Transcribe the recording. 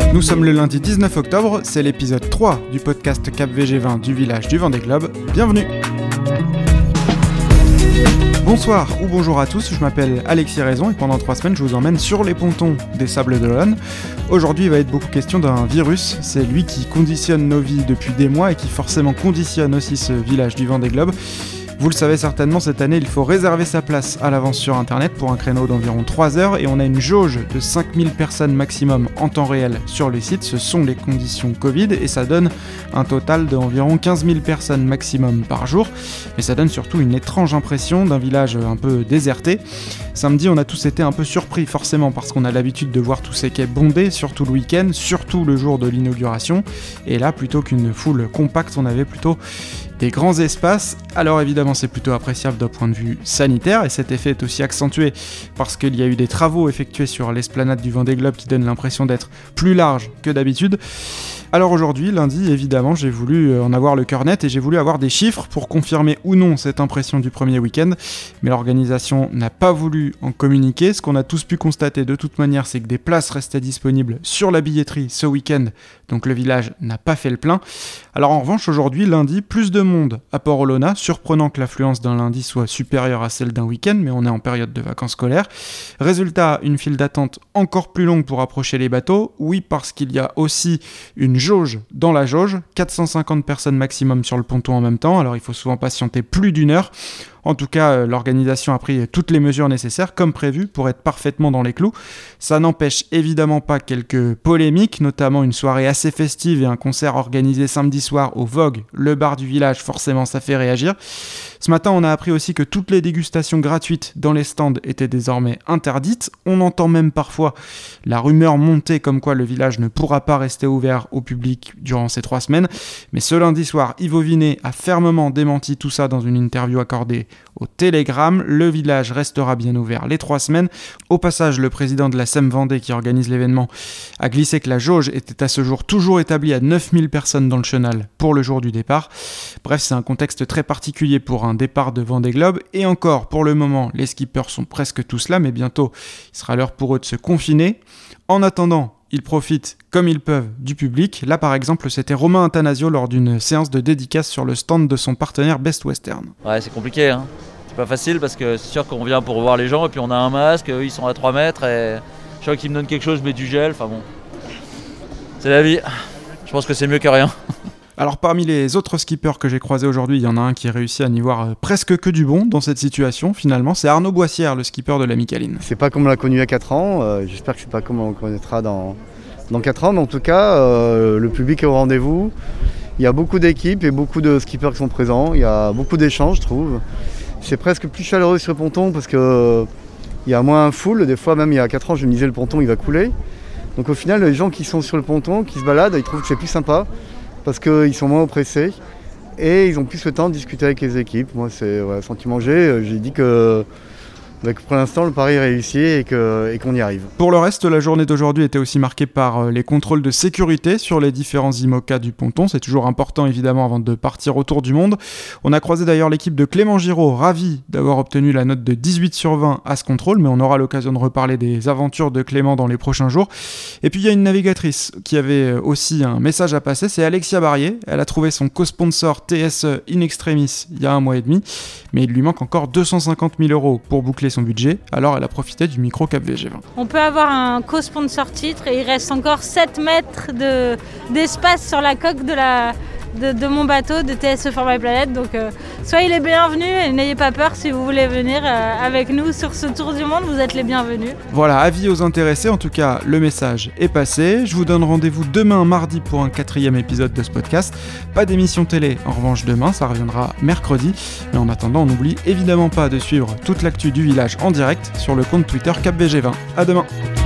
Nous sommes le lundi 19 octobre, c'est l'épisode 3 du podcast Cap VG20 du village du Vendée Globe. Bienvenue! Bonsoir ou bonjour à tous, je m'appelle Alexis Raison et pendant 3 semaines je vous emmène sur les pontons des Sables d'Olonne. Aujourd'hui il va être beaucoup question d'un virus, c'est lui qui conditionne nos vies depuis des mois et qui forcément conditionne aussi ce village du Vendée Globe. Vous le savez certainement, cette année, il faut réserver sa place à l'avance sur Internet pour un créneau d'environ 3 heures et on a une jauge de 5000 personnes maximum en temps réel sur le site. Ce sont les conditions Covid et ça donne un total d'environ 15 000 personnes maximum par jour. Mais ça donne surtout une étrange impression d'un village un peu déserté. Samedi, on a tous été un peu surpris forcément parce qu'on a l'habitude de voir tous ces quais bondés, surtout le week-end, surtout le jour de l'inauguration. Et là, plutôt qu'une foule compacte, on avait plutôt des grands espaces. Alors évidemment c'est plutôt appréciable d'un point de vue sanitaire et cet effet est aussi accentué parce qu'il y a eu des travaux effectués sur l'esplanade du Vendée Globe qui donnent l'impression d'être plus large que d'habitude. Alors aujourd'hui, lundi, évidemment, j'ai voulu en avoir le cœur net et j'ai voulu avoir des chiffres pour confirmer ou non cette impression du premier week-end, mais l'organisation n'a pas voulu en communiquer. Ce qu'on a tous pu constater de toute manière, c'est que des places restaient disponibles sur la billetterie ce week-end, donc le village n'a pas fait le plein. Alors en revanche, aujourd'hui, lundi, plus de monde à Port-Olona, surprenant que l'affluence d'un lundi soit supérieure à celle d'un week-end, mais on est en période de vacances scolaires. Résultat, une file d'attente encore plus longue pour approcher les bateaux. Oui, parce qu'il y a aussi une jauge dans la jauge, 450 personnes maximum sur le ponton en même temps, alors il faut souvent patienter plus d'1 heure. En tout cas, l'organisation a pris toutes les mesures nécessaires, comme prévu, pour être parfaitement dans les clous. Ça n'empêche évidemment pas quelques polémiques, notamment une soirée assez festive et un concert organisé samedi soir au Vogue, le bar du village, forcément ça fait réagir. Ce matin, on a appris aussi que toutes les dégustations gratuites dans les stands étaient désormais interdites. On entend même parfois la rumeur monter comme quoi le village ne pourra pas rester ouvert au public durant ces 3 semaines. Mais ce lundi soir, Yves Vinet a fermement démenti tout ça dans une interview accordée au Télégramme. Le village restera bien ouvert les 3 semaines. Au passage, le président de la SEM Vendée qui organise l'événement a glissé que la jauge était à ce jour toujours établie à 9000 personnes dans le chenal pour le jour du départ. Bref, c'est un contexte très particulier pour un départ de Vendée Globe. Et encore, pour le moment, les skippers sont presque tous là, mais bientôt, il sera l'heure pour eux de se confiner. En attendant, ils profitent comme ils peuvent du public. Là par exemple c'était Romain Attanasio lors d'une séance de dédicace sur le stand de son partenaire Best Western. Ouais, c'est compliqué, hein. C'est pas facile parce que c'est sûr qu'on vient pour voir les gens et puis on a un masque, eux ils sont à 3 mètres et chaque fois qu'ils me donnent quelque chose je mets du gel, enfin bon. C'est la vie, je pense que c'est mieux que rien. Alors parmi les autres skippers que j'ai croisés aujourd'hui, il y en a un qui réussit à n'y voir presque que du bon dans cette situation finalement, c'est Arnaud Boissière, le skipper de la Micaline. C'est pas comme on l'a connu il y a 4 ans, j'espère que c'est pas comme on le connaîtra dans 4 ans, mais en tout cas le public est au rendez-vous. Il y a beaucoup d'équipes et beaucoup de skippers qui sont présents, il y a beaucoup d'échanges je trouve. C'est presque plus chaleureux sur le ponton parce qu'il y a moins de foule, des fois même il y a 4 ans je me disais le ponton il va couler. Donc au final les gens qui sont sur le ponton, qui se baladent, ils trouvent que c'est plus sympa. Parce qu'ils sont moins oppressés et ils ont plus le temps de discuter avec les équipes. Moi, c'est sentiment G. J'ai dit que pour l'instant, le pari est réussi et qu'on y arrive. Pour le reste, la journée d'aujourd'hui était aussi marquée par les contrôles de sécurité sur les différents IMOCA du ponton. C'est toujours important, évidemment, avant de partir autour du monde. On a croisé d'ailleurs l'équipe de Clément Giraud, ravi d'avoir obtenu la note de 18 sur 20 à ce contrôle, mais on aura l'occasion de reparler des aventures de Clément dans les prochains jours. Et puis, il y a une navigatrice qui avait aussi un message à passer, c'est Alexia Barrier. Elle a trouvé son co-sponsor TSE In Extremis il y a 1 mois et demi, mais il lui manque encore 250 000 € pour boucler son budget, alors elle a profité du micro Cap VG20. On peut avoir un co-sponsor titre et il reste encore 7 mètres d'espace sur la coque de mon bateau de TSE For My Planet, donc soyez les bienvenus et n'ayez pas peur si vous voulez venir avec nous sur ce tour du monde, vous êtes les bienvenus. Voilà, avis aux intéressés, en tout cas le message est passé. Je vous donne rendez-vous demain mardi pour un 4e épisode de ce podcast. Pas d'émission télé en revanche demain, ça reviendra mercredi, mais en attendant on n'oublie évidemment pas de suivre toute l'actu du village en direct sur le compte Twitter Cap VG20. À demain.